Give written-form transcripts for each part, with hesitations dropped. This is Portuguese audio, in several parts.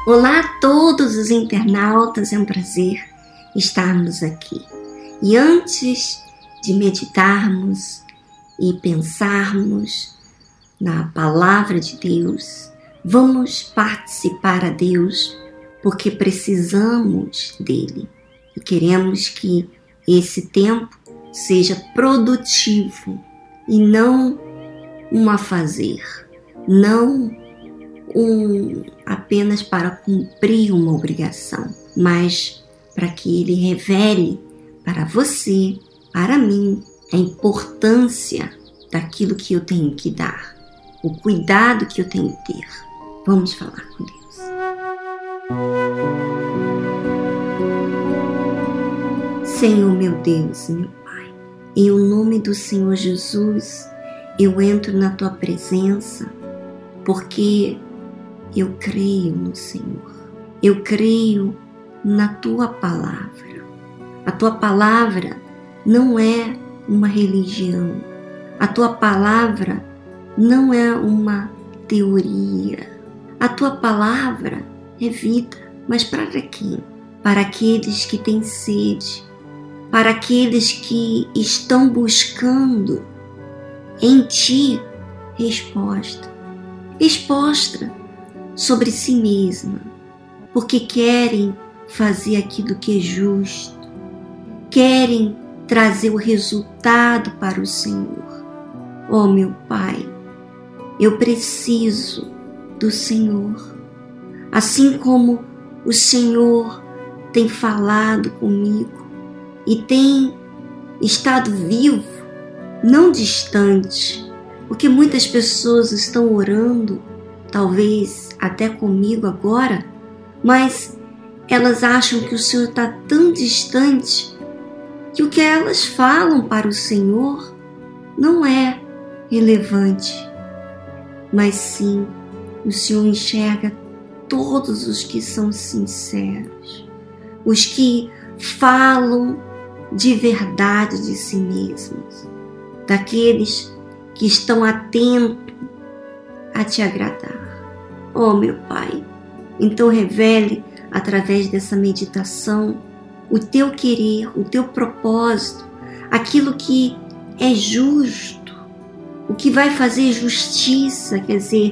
Olá a todos os internautas, é um prazer estarmos aqui. E antes de meditarmos e pensarmos na palavra de Deus, vamos participar a Deus porque precisamos dele e queremos que esse tempo seja produtivo e não um afazer, não apenas para cumprir uma obrigação, mas para que ele revele para você, para mim, a importância daquilo que eu tenho que dar, o cuidado que eu tenho que ter. Vamos falar com Deus. Senhor meu Deus e meu Pai, em nome do Senhor Jesus, eu entro na Tua presença porque eu creio no Senhor, eu creio na Tua palavra. A Tua palavra não é uma religião, a Tua palavra não é uma teoria, a Tua palavra é vida. Mas para quem? Para aqueles que têm sede, para aqueles que estão buscando em Ti resposta sobre si mesma, porque querem fazer aquilo que é justo, querem trazer o resultado para o Senhor. Oh meu Pai, eu preciso do Senhor, assim como o Senhor tem falado comigo e tem estado vivo, não distante, porque muitas pessoas estão orando, talvez até comigo agora, mas elas acham que o Senhor está tão distante que o que elas falam para o Senhor não é relevante, mas sim o Senhor enxerga todos os que são sinceros, os que falam de verdade de si mesmos, daqueles que estão atentos a Te agradar. Oh meu Pai, então revele através dessa meditação o Teu querer, o Teu propósito, aquilo que é justo, o que vai fazer justiça, quer dizer,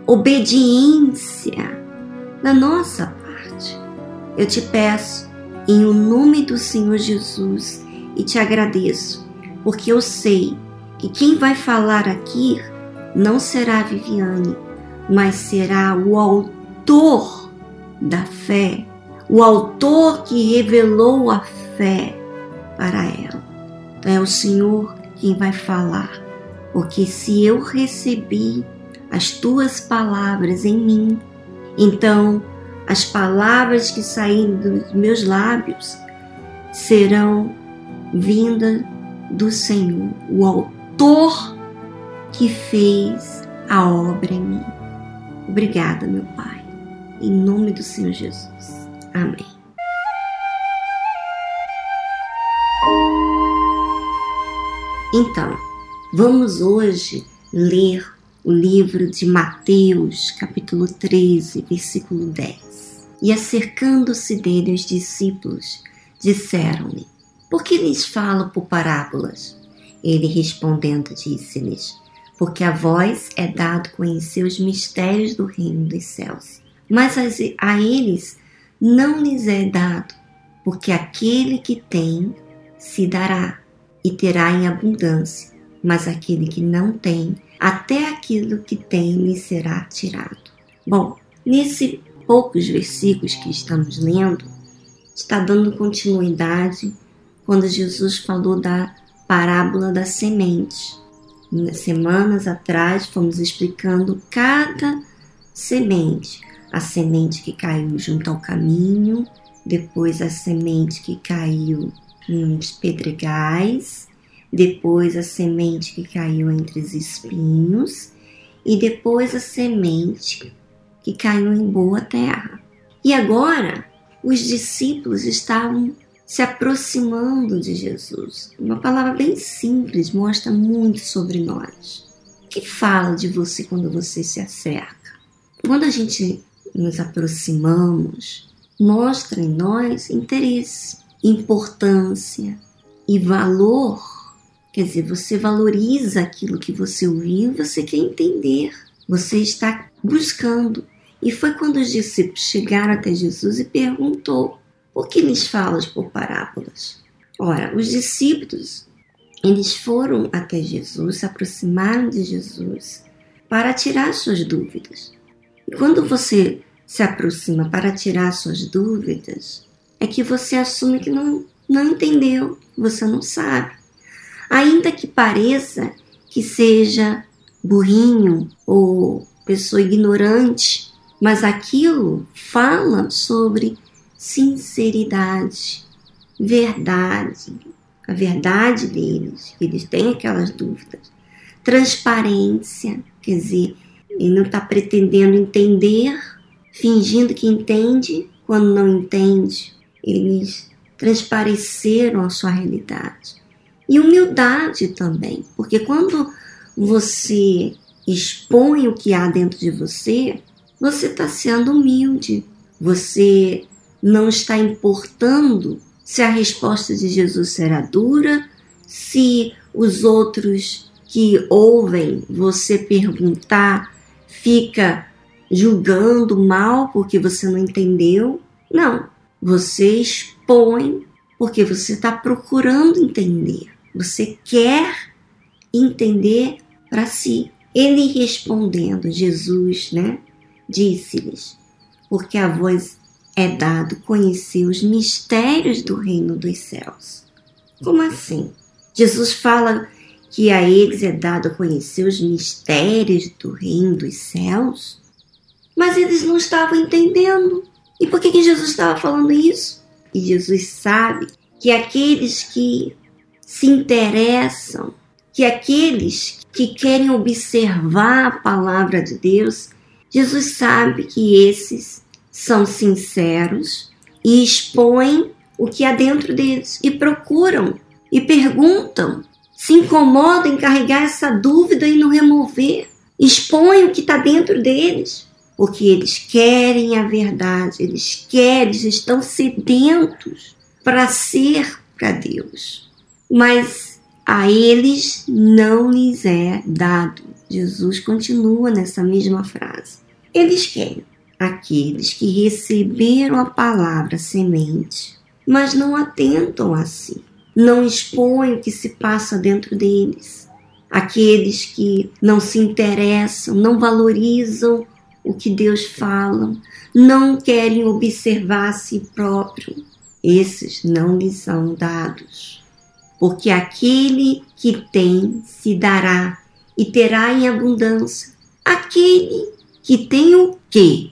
obediência da nossa parte. Eu Te peço em o nome do Senhor Jesus e Te agradeço, porque eu sei que quem vai falar aqui não será a Viviane, mas será o autor da fé, o autor que revelou a fé para ela. Então é o Senhor quem vai falar, porque se eu recebi as Tuas palavras em mim, então as palavras que saírem dos meus lábios serão vindas do Senhor, o autor que fez a obra em mim. Obrigada, meu Pai, em nome do Senhor Jesus. Amém. Então, vamos hoje ler o livro de Mateus, capítulo 13, versículo 10. E acercando-se dele os discípulos, disseram-lhe: por que lhes falo por parábolas? Ele respondendo disse-lhes: porque a vós é dado conhecer os mistérios do reino dos céus, mas a eles não lhes é dado, porque aquele que tem se dará e terá em abundância, mas aquele que não tem, até aquilo que tem lhe será tirado. Bom, nesses poucos versículos que estamos lendo, está dando continuidade quando Jesus falou da parábola da semente. Semanas atrás fomos explicando cada semente. A semente que caiu junto ao caminho, depois a semente que caiu nos pedregais, depois a semente que caiu entre os espinhos e depois a semente que caiu em boa terra. E agora os discípulos estavam se aproximando de Jesus. Uma palavra bem simples mostra muito sobre nós. O que fala de você quando você se acerca? Quando a gente nos aproximamos, mostra em nós interesse, importância e valor. Quer dizer, você valoriza aquilo que você ouviu, você quer entender, você está buscando. E foi quando os discípulos chegaram até Jesus e perguntou: por que lhes falas por parábolas? Ora, os discípulos, eles foram até Jesus, se aproximaram de Jesus para tirar suas dúvidas. E quando você se aproxima para tirar suas dúvidas, é que você assume que não entendeu, você não sabe. Ainda que pareça que seja burrinho ou pessoa ignorante, mas aquilo fala sobre sinceridade, verdade, a verdade deles, eles têm aquelas dúvidas. Transparência, quer dizer, ele não está pretendendo entender, fingindo que entende quando não entende. Eles transpareceram a sua realidade. E humildade também, porque quando você expõe o que há dentro de você, você está sendo humilde. Você não está importando se a resposta de Jesus será dura, se os outros que ouvem você perguntar fica julgando mal porque você não entendeu. Não, você expõe porque você está procurando entender. Você quer entender para si. Ele respondendo, Jesus, disse-lhes: porque a vós é dado conhecer os mistérios do reino dos céus. Como assim? Jesus fala que a eles é dado conhecer os mistérios do reino dos céus? Mas eles não estavam entendendo. E por que Jesus estava falando isso? E Jesus sabe que aqueles que se interessam, que aqueles que querem observar a palavra de Deus, Jesus sabe que esses são sinceros e expõem o que há dentro deles e procuram e perguntam, se incomodam em carregar essa dúvida e não remover, expõem o que está dentro deles, porque eles querem a verdade, eles estão sedentos para ser para Deus. Mas a eles não lhes é dado. Jesus continua nessa mesma frase. Eles querem. Aqueles que receberam a palavra semente, mas não atentam a si, não expõem o que se passa dentro deles. Aqueles que não se interessam, não valorizam o que Deus fala, não querem observar a si próprio. Esses não lhes são dados. Porque aquele que tem se dará e terá em abundância. Aquele que tem o quê?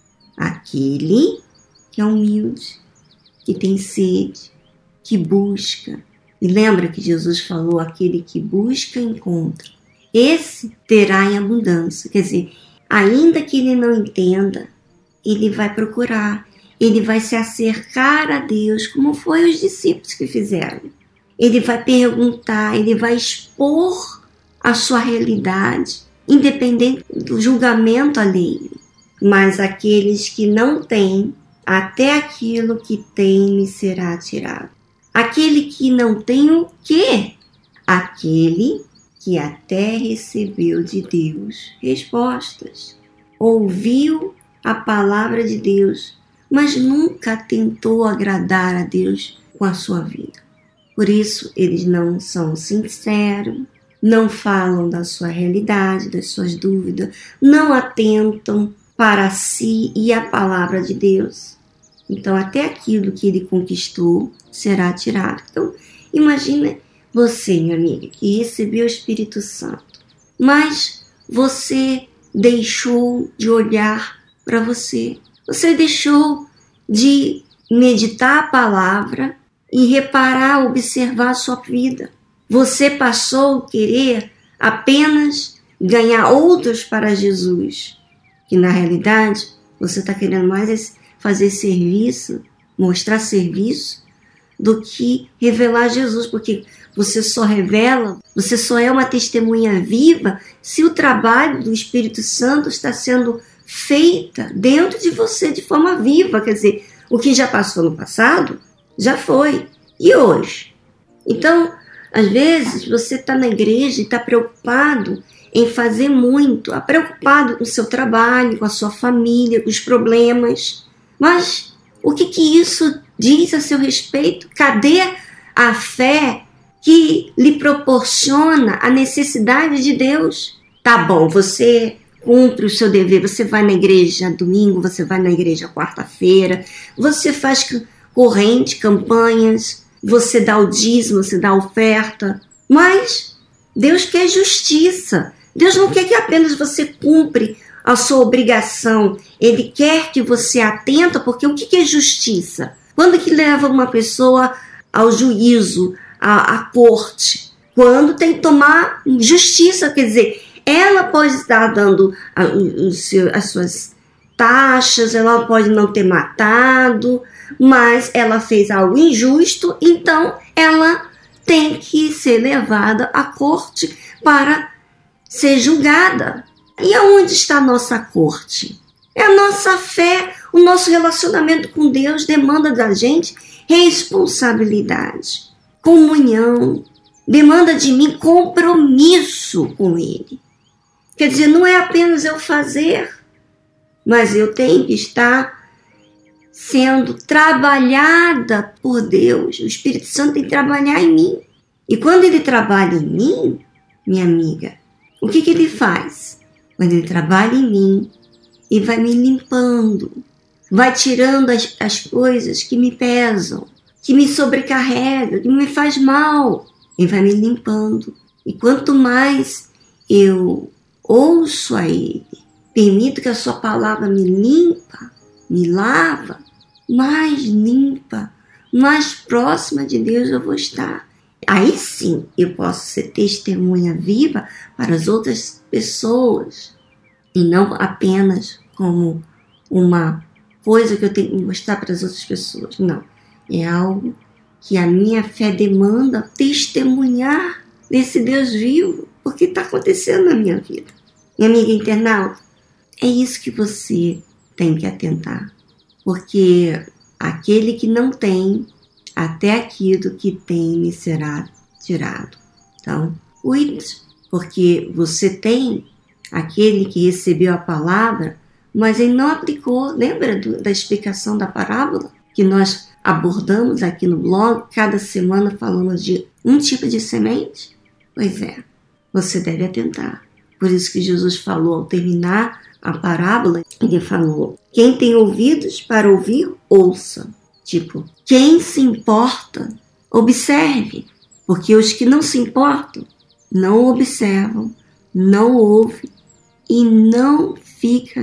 Aquele que é humilde, que tem sede, que busca. E lembra que Jesus falou, aquele que busca, encontra. Esse terá em abundância. Quer dizer, ainda que ele não entenda, ele vai procurar. Ele vai se acercar a Deus, como foi os discípulos que fizeram. Ele vai perguntar, ele vai expor a sua realidade, independente do julgamento alheio. Mas aqueles que não têm, até aquilo que tem lhe será tirado. Aquele que não tem o quê? Aquele que até recebeu de Deus respostas. Ouviu a palavra de Deus, mas nunca tentou agradar a Deus com a sua vida. Por isso, eles não são sinceros, não falam da sua realidade, das suas dúvidas, não atentam para si e a palavra de Deus. Então, até aquilo que ele conquistou será tirado. Então, imagina você, minha amiga, que recebeu o Espírito Santo, mas você deixou de olhar para você. Você deixou de meditar a palavra e reparar, observar a sua vida. Você passou a querer apenas ganhar outros para Jesus, que na realidade você está querendo mais fazer serviço, mostrar serviço, do que revelar Jesus, porque você só revela, você só é uma testemunha viva se o trabalho do Espírito Santo está sendo feita dentro de você de forma viva. Quer dizer, o que já passou no passado, já foi. E hoje? Então, às vezes, você está na igreja e está preocupado em fazer muito, preocupado com o seu trabalho, com a sua família, com os problemas. Mas o que isso diz a seu respeito? Cadê a fé que lhe proporciona a necessidade de Deus? Tá bom, você cumpre o seu dever, você vai na igreja domingo, você vai na igreja quarta-feira, você faz corrente, campanhas, você dá o dízimo, você dá a oferta, mas Deus quer justiça. Deus não quer que apenas você cumpre a sua obrigação, Ele quer que você atenta, porque o que é justiça? Quando que leva uma pessoa ao juízo, à corte? Quando tem que tomar justiça, quer dizer, ela pode estar dando as suas taxas, ela pode não ter matado, mas ela fez algo injusto, então ela tem que ser levada à corte para ser julgada. E aonde está a nossa corte? É a nossa fé, o nosso relacionamento com Deus demanda da gente responsabilidade, comunhão, demanda de mim compromisso com Ele. Quer dizer, não é apenas eu fazer, mas eu tenho que estar sendo trabalhada por Deus. O Espírito Santo tem que trabalhar em mim. E quando Ele trabalha em mim, minha amiga, o que Ele faz? Quando Ele trabalha em mim, Ele vai me limpando, vai tirando as coisas que me pesam, que me sobrecarregam, que me faz mal. Ele vai me limpando. E quanto mais eu ouço a Ele, permito que a sua palavra me limpa, me lava, mais limpa, mais próxima de Deus eu vou estar. Aí sim eu posso ser testemunha viva para as outras pessoas e não apenas como uma coisa que eu tenho que mostrar para as outras pessoas. Não, é algo que a minha fé demanda testemunhar desse Deus vivo, porque está acontecendo na minha vida. Minha amiga internauta, é isso que você tem que atentar, porque aquele que não tem, até aquilo que tem lhe será tirado. Então, cuide, porque você tem aquele que recebeu a palavra, mas ele não aplicou. Lembra da explicação da parábola que nós abordamos aqui no blog? Cada semana falamos de um tipo de semente? Pois é, você deve atentar. Por isso que Jesus falou ao terminar a parábola, ele falou: quem tem ouvidos para ouvir, ouça. Tipo, quem se importa, observe. Porque os que não se importam, não observam, não ouvem e não fica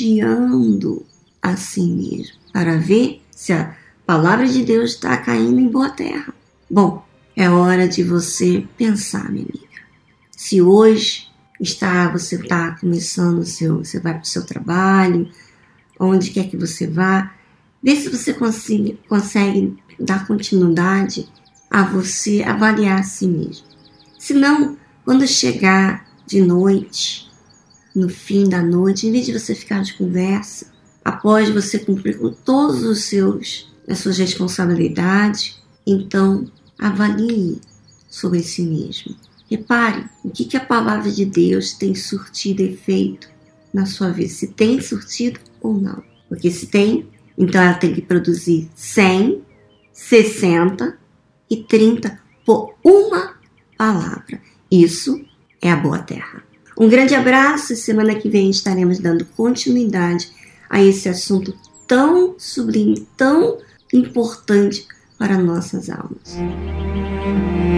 vigiando a si mesmo, para ver se a palavra de Deus está caindo em boa terra. Bom, é hora de você pensar, minha amiga. Se hoje você está começando, você vai para o seu trabalho, onde quer que você vá, vê se você consegue dar continuidade a você avaliar a si mesmo. Se não, quando chegar de noite, no fim da noite, em vez de você ficar de conversa, após você cumprir com todas as suas responsabilidades, então avalie sobre si mesmo. Repare o que a palavra de Deus tem surtido efeito na sua vida, se tem surtido ou não. Porque se tem, então ela tem que produzir 100, 60 e 30 por uma palavra. Isso é a boa terra. Um grande abraço e semana que vem estaremos dando continuidade a esse assunto tão sublime, tão importante para nossas almas.